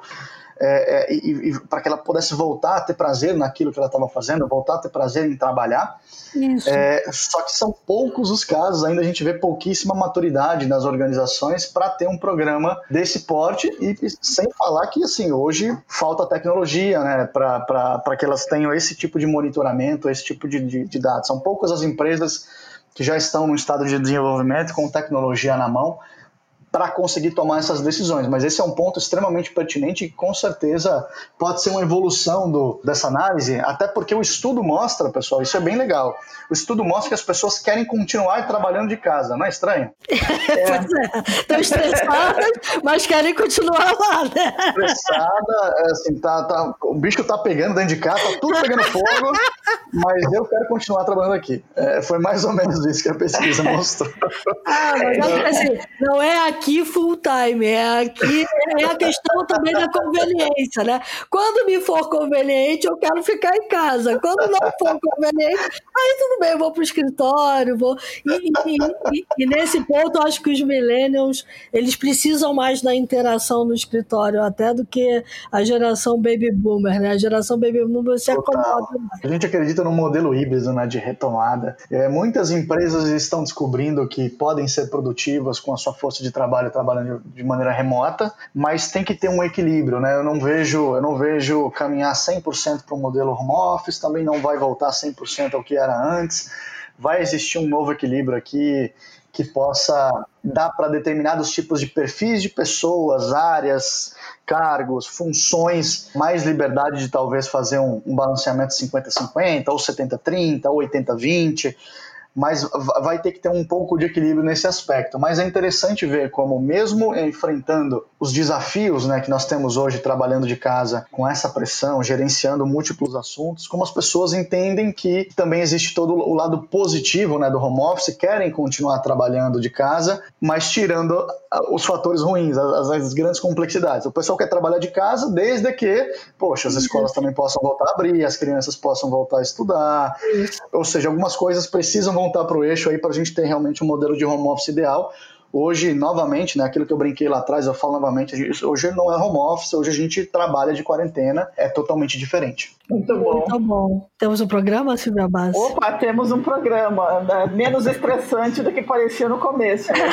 é, é, e, e para que ela pudesse voltar a ter prazer naquilo que ela estava fazendo, voltar a ter prazer em trabalhar. Isso. É, só que são poucos os casos, ainda a gente vê pouquíssima maturidade nas organizações para ter um programa desse porte, e, e sem falar que assim, hoje falta tecnologia, né, para que elas tenham esse tipo de monitoramento, esse tipo de, de, de dados. São poucas as empresas que já estão no estado de desenvolvimento com tecnologia na mão para conseguir tomar essas decisões, mas esse é um ponto extremamente pertinente e com certeza pode ser uma evolução do, dessa análise, até porque o estudo mostra, pessoal, isso é bem legal, o estudo mostra que as pessoas querem continuar trabalhando de casa, não é estranho? É. Pois é, estão estressadas, mas querem continuar lá, né? Estressada, assim, tá, tá, o bicho tá pegando dentro de casa, tá tudo pegando fogo, mas eu quero continuar trabalhando aqui. É, foi mais ou menos isso que a pesquisa mostrou. Ah, mas assim, não é aqui aqui full time, é aqui, é a questão também da conveniência, né? Quando me for conveniente, eu quero ficar em casa. Quando não for conveniente, aí tudo bem, eu vou para o escritório, vou... E, e, e, e nesse ponto, eu acho que os millennials, eles precisam mais da interação no escritório, até do que a geração baby boomer, né? A geração baby boomer se acomoda mais. A gente acredita no modelo híbrido, né, de retomada. É, muitas empresas estão descobrindo que podem ser produtivas com a sua força de trabalho trabalhando de maneira remota, mas tem que ter um equilíbrio, né? Eu não vejo, eu não vejo caminhar cem por cento para o modelo home office, também não vai voltar cem por cento ao que era antes. Vai existir um novo equilíbrio aqui que possa dar para determinados tipos de perfis de pessoas, áreas, cargos, funções, mais liberdade de talvez fazer um, um balanceamento cinquenta a cinquenta, ou setenta a trinta, ou oitenta a vinte, mas vai ter que ter um pouco de equilíbrio nesse aspecto. Mas é interessante ver como, mesmo enfrentando os desafios, né, que nós temos hoje trabalhando de casa, com essa pressão, gerenciando múltiplos assuntos, como as pessoas entendem que também existe todo o lado positivo, né, do home office, querem continuar trabalhando de casa, mas tirando os fatores ruins, as, as grandes complexidades. O pessoal quer trabalhar de casa desde que, poxa, as escolas também possam voltar a abrir, as crianças possam voltar a estudar, ou seja, algumas coisas precisam voltar para o eixo aí para a gente ter realmente um modelo de home office ideal. Hoje, novamente, né, aquilo que eu brinquei lá atrás, eu falo novamente, hoje não é home office, hoje a gente trabalha de quarentena, é totalmente diferente. Muito bom. Muito bom. Temos um programa, Silvia Bassi? Opa, temos um programa, né? Menos estressante do que parecia no começo. Né?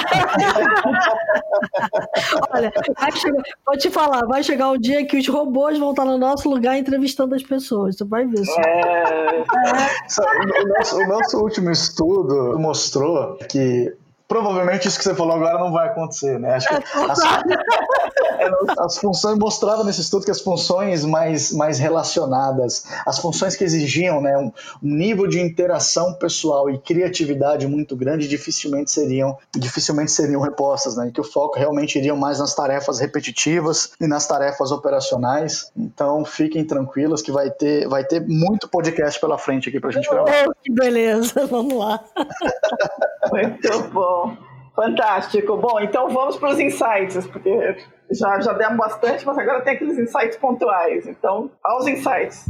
Olha, vai chegar, vou te falar, vai chegar um dia que os robôs vão estar no nosso lugar entrevistando as pessoas, você vai ver. É... o, nosso, o nosso último estudo mostrou que provavelmente isso que você falou agora não vai acontecer, né? Acho que as, as funções mostravam nesse estudo que as funções mais, mais relacionadas, as funções que exigiam, né, um, um nível de interação pessoal e criatividade muito grande, dificilmente seriam, dificilmente seriam repostas, né? E que o foco realmente iria mais nas tarefas repetitivas e nas tarefas operacionais. Então fiquem tranquilos que vai ter, vai ter muito podcast pela frente aqui pra gente gravar. Oh, que beleza, vamos lá. Muito bom. Fantástico. Bom, então vamos para os insights, porque já, já demos bastante, mas agora tem aqueles insights pontuais. Então, aos insights.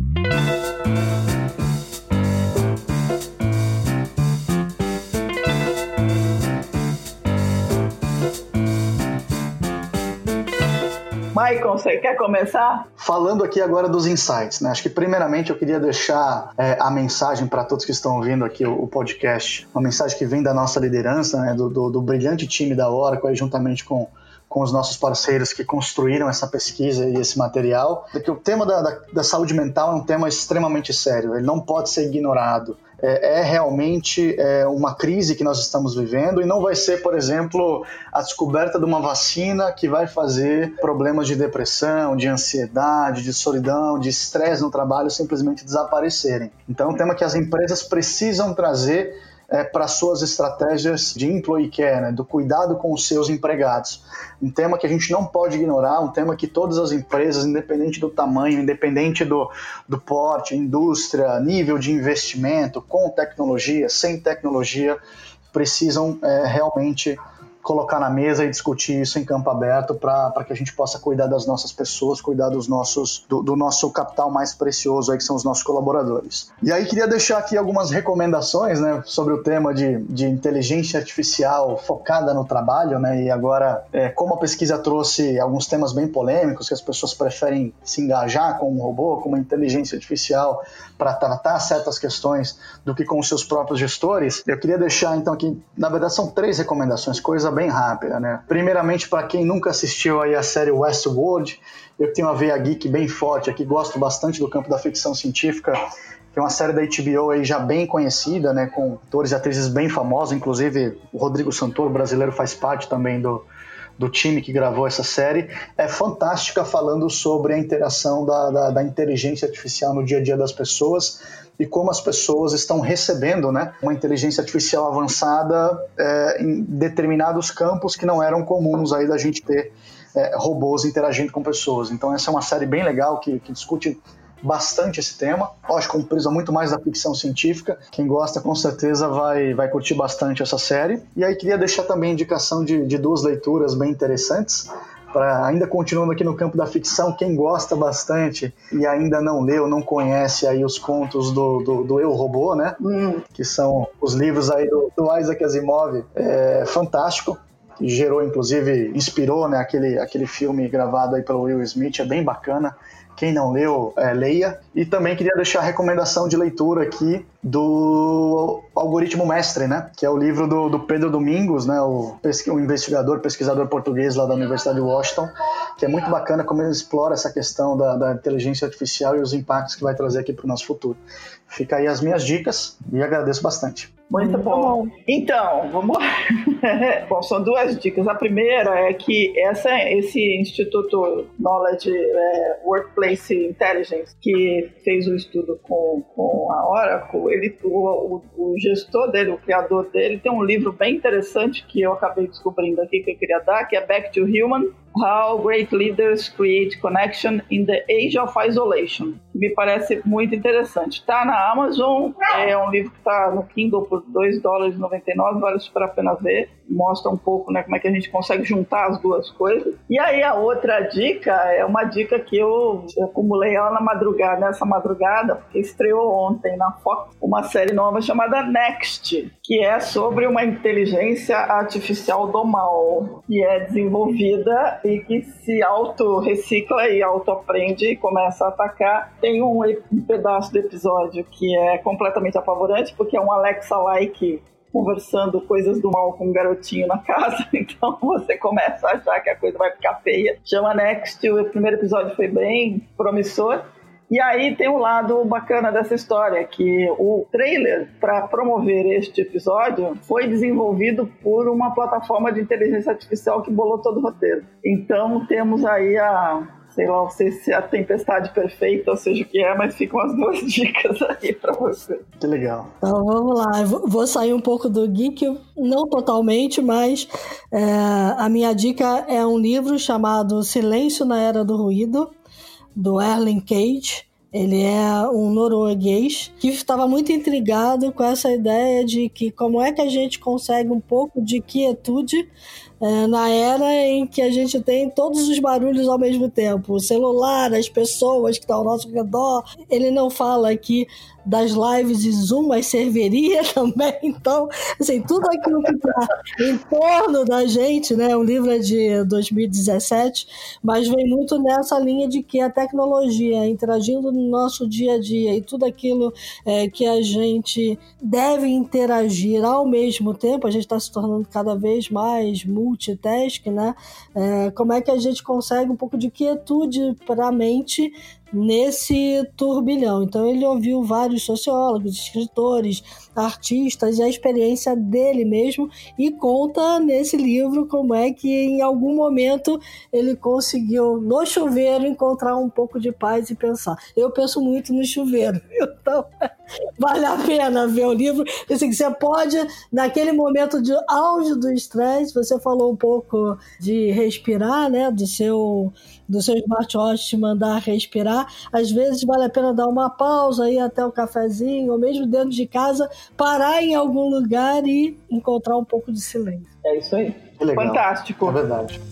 Maicon, você quer começar? Falando aqui agora dos insights, né? Acho que primeiramente eu queria deixar é, a mensagem para todos que estão ouvindo aqui o, o podcast, uma mensagem que vem da nossa liderança, né? do, do, do brilhante time da Oracle, aí, juntamente com, com os nossos parceiros que construíram essa pesquisa e esse material, de que o tema da, da, da saúde mental é um tema extremamente sério, ele não pode ser ignorado. É, é realmente é, uma crise que nós estamos vivendo e não vai ser, por exemplo, a descoberta de uma vacina que vai fazer problemas de depressão, de ansiedade, de solidão, de estresse no trabalho simplesmente desaparecerem. Então é um tema que as empresas precisam trazer É, para suas estratégias de employee care, né, do cuidado com os seus empregados. Um tema que a gente não pode ignorar, um tema que todas as empresas, independente do tamanho, independente do, do porte, indústria, nível de investimento, com tecnologia, sem tecnologia, precisam é, realmente colocar na mesa e discutir isso em campo aberto para que a gente possa cuidar das nossas pessoas, cuidar dos nossos, do, do nosso capital mais precioso, aí, que são os nossos colaboradores. E aí queria deixar aqui algumas recomendações, né, sobre o tema de, de inteligência artificial focada no trabalho, né, e agora é, como a pesquisa trouxe alguns temas bem polêmicos, que as pessoas preferem se engajar com um robô, com uma inteligência artificial para tratar certas questões do que com os seus próprios gestores, eu queria deixar então aqui, na verdade são três recomendações, coisa bem rápida, né? Primeiramente, para quem nunca assistiu aí a série Westworld, eu tenho uma veia geek bem forte aqui, gosto bastante do campo da ficção científica, que é uma série da H B O aí já bem conhecida, né, com atores e atrizes bem famosos, inclusive o Rodrigo Santoro, brasileiro, faz parte também do, do time que gravou essa série. É fantástica, falando sobre a interação da, da, da inteligência artificial no dia a dia das pessoas e como as pessoas estão recebendo, né, uma inteligência artificial avançada é, em determinados campos que não eram comuns aí da gente ter é, robôs interagindo com pessoas. Então essa é uma série bem legal que, que discute bastante esse tema, lógico, com prisa muito mais da ficção científica. Quem gosta com certeza vai, vai curtir bastante essa série. E aí queria deixar também a indicação de, de duas leituras bem interessantes. Pra, ainda continuando aqui no campo da ficção, quem gosta bastante e ainda não leu, não conhece aí os contos do, do, do Eu, Robô, né? Hum. Que são os livros aí do, do Isaac Asimov, é fantástico, que gerou, inclusive, inspirou, né, aquele, aquele filme gravado aí pelo Will Smith, é bem bacana. Quem não leu, é, leia. E também queria deixar a recomendação de leitura aqui do Algoritmo Mestre, né? Que é o livro do, do Pedro Domingos, né? O, o investigador, pesquisador português lá da Universidade de Washington, que é muito bacana como ele explora essa questão da, da inteligência artificial e os impactos que vai trazer aqui para o nosso futuro. Fica aí as minhas dicas e agradeço bastante. Muito bom. Então, vamos lá. Bom, são duas dicas. A primeira é que essa, esse Instituto Knowledge é, Workplace Intelligence, que fez o estudo com, com a Oracle, ele, o, o, o gestor dele, o criador dele, tem um livro bem interessante que eu acabei descobrindo aqui que eu queria dar, que é Back to Human: How Great Leaders Create Connection in the Age of Isolation. Me parece muito interessante. Está na Amazon, é um livro que está no Kindle por dois dólares e noventa e nove, vale super a pena ver. Mostra um pouco, né, como é que a gente consegue juntar as duas coisas. E aí a outra dica é uma dica que eu, eu acumulei ela na madrugada, nessa madrugada, porque estreou ontem na Fox uma série nova chamada Next, que é sobre uma inteligência artificial do mal, que é desenvolvida e que se auto-recicla e auto-aprende e começa a atacar. Tem um, um pedaço do episódio que é completamente apavorante, porque é um Alexa-like conversando coisas do mal com um garotinho na casa, então você começa a achar que a coisa vai ficar feia. Chama Next, o primeiro episódio foi bem promissor, E aí tem um lado bacana dessa história, que o trailer para promover este episódio foi desenvolvido por uma plataforma de inteligência artificial que bolou todo o roteiro. Então temos aí a... sei lá, não sei se é a tempestade perfeita, ou seja o que é, mas ficam as duas dicas aí pra você. Que legal. Então vamos lá, eu vou sair um pouco do geek, não totalmente, mas é, a minha dica é um livro chamado Silêncio na Era do Ruído, do Erling Cage. Ele é um norueguês que estava muito intrigado com essa ideia de que como é que a gente consegue um pouco de quietude é, na era em que a gente tem todos os barulhos ao mesmo tempo. O celular, as pessoas que estão ao nosso redor. Ele não fala aqui das lives de Zoom, mas serviria também. Então, assim, tudo aquilo que está em torno da gente, né? O livro é de dois mil e dezessete, mas vem muito nessa linha de que a tecnologia interagindo no nosso dia a dia e tudo aquilo é, que a gente deve interagir ao mesmo tempo, a gente está se tornando cada vez mais multitask, né? É, como é que a gente consegue um pouco de quietude para a mente nesse turbilhão. Então ele ouviu vários sociólogos, escritores, artistas e a experiência dele mesmo e conta nesse livro como é que em algum momento ele conseguiu no chuveiro encontrar um pouco de paz e pensar. Eu penso muito no chuveiro, então vale a pena ver o livro. Assim, você pode, naquele momento de auge do estresse, você falou um pouco de respirar, né, do seu do seu smartwatch te mandar respirar. Às vezes vale a pena dar uma pausa, ir até o cafezinho, ou mesmo dentro de casa, parar em algum lugar e encontrar um pouco de silêncio. É isso aí. Que legal. Fantástico. É verdade.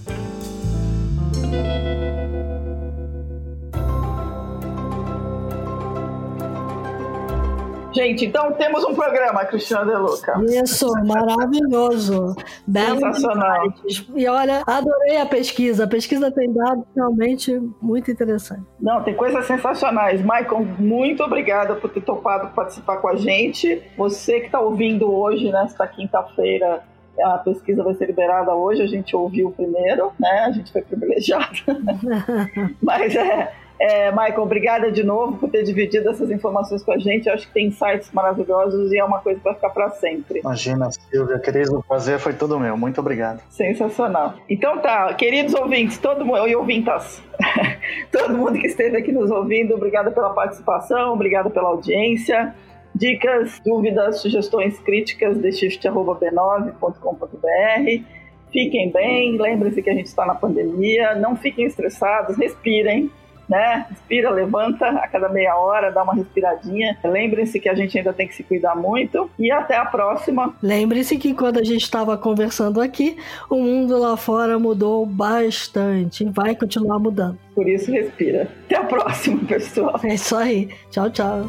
Gente, então temos um programa, Cristina De Luca. Isso, maravilhoso. Belo Sensacional. demais. E olha, adorei a pesquisa. A pesquisa tem dados realmente muito interessantes. Não, tem coisas sensacionais. Michael, muito obrigada por ter topado participar com a gente. Você que está ouvindo hoje, nesta quinta-feira, a pesquisa vai ser liberada hoje. A gente ouviu primeiro, né? A gente foi privilegiado. Mas é... É, Michael, obrigada de novo por ter dividido essas informações com a gente. Eu acho que tem insights maravilhosos e é uma coisa para ficar para sempre. Imagina, Silvia, querido, o prazer foi todo meu. Muito obrigado. Sensacional. Então tá, queridos ouvintes, todo mundo, e ouvintas, todo mundo que esteve aqui nos ouvindo, obrigada pela participação, obrigada pela audiência. Dicas, dúvidas, sugestões, críticas, d shift arroba b nove ponto com ponto b r. Fiquem bem, lembrem-se que a gente está na pandemia, não fiquem estressados, respirem. Né? Respira, levanta a cada meia hora, dá uma respiradinha. Lembrem-se que a gente ainda tem que se cuidar muito e até a próxima. Lembre-se que quando a gente estava conversando aqui, o mundo lá fora mudou bastante e vai continuar mudando. Por isso, respira. Até a próxima, pessoal. É isso aí. Tchau, tchau.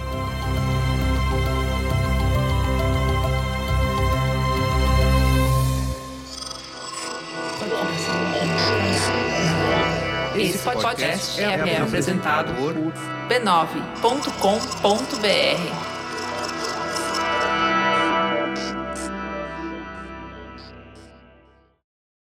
Esse podcast é apresentado por b nove ponto com ponto b r.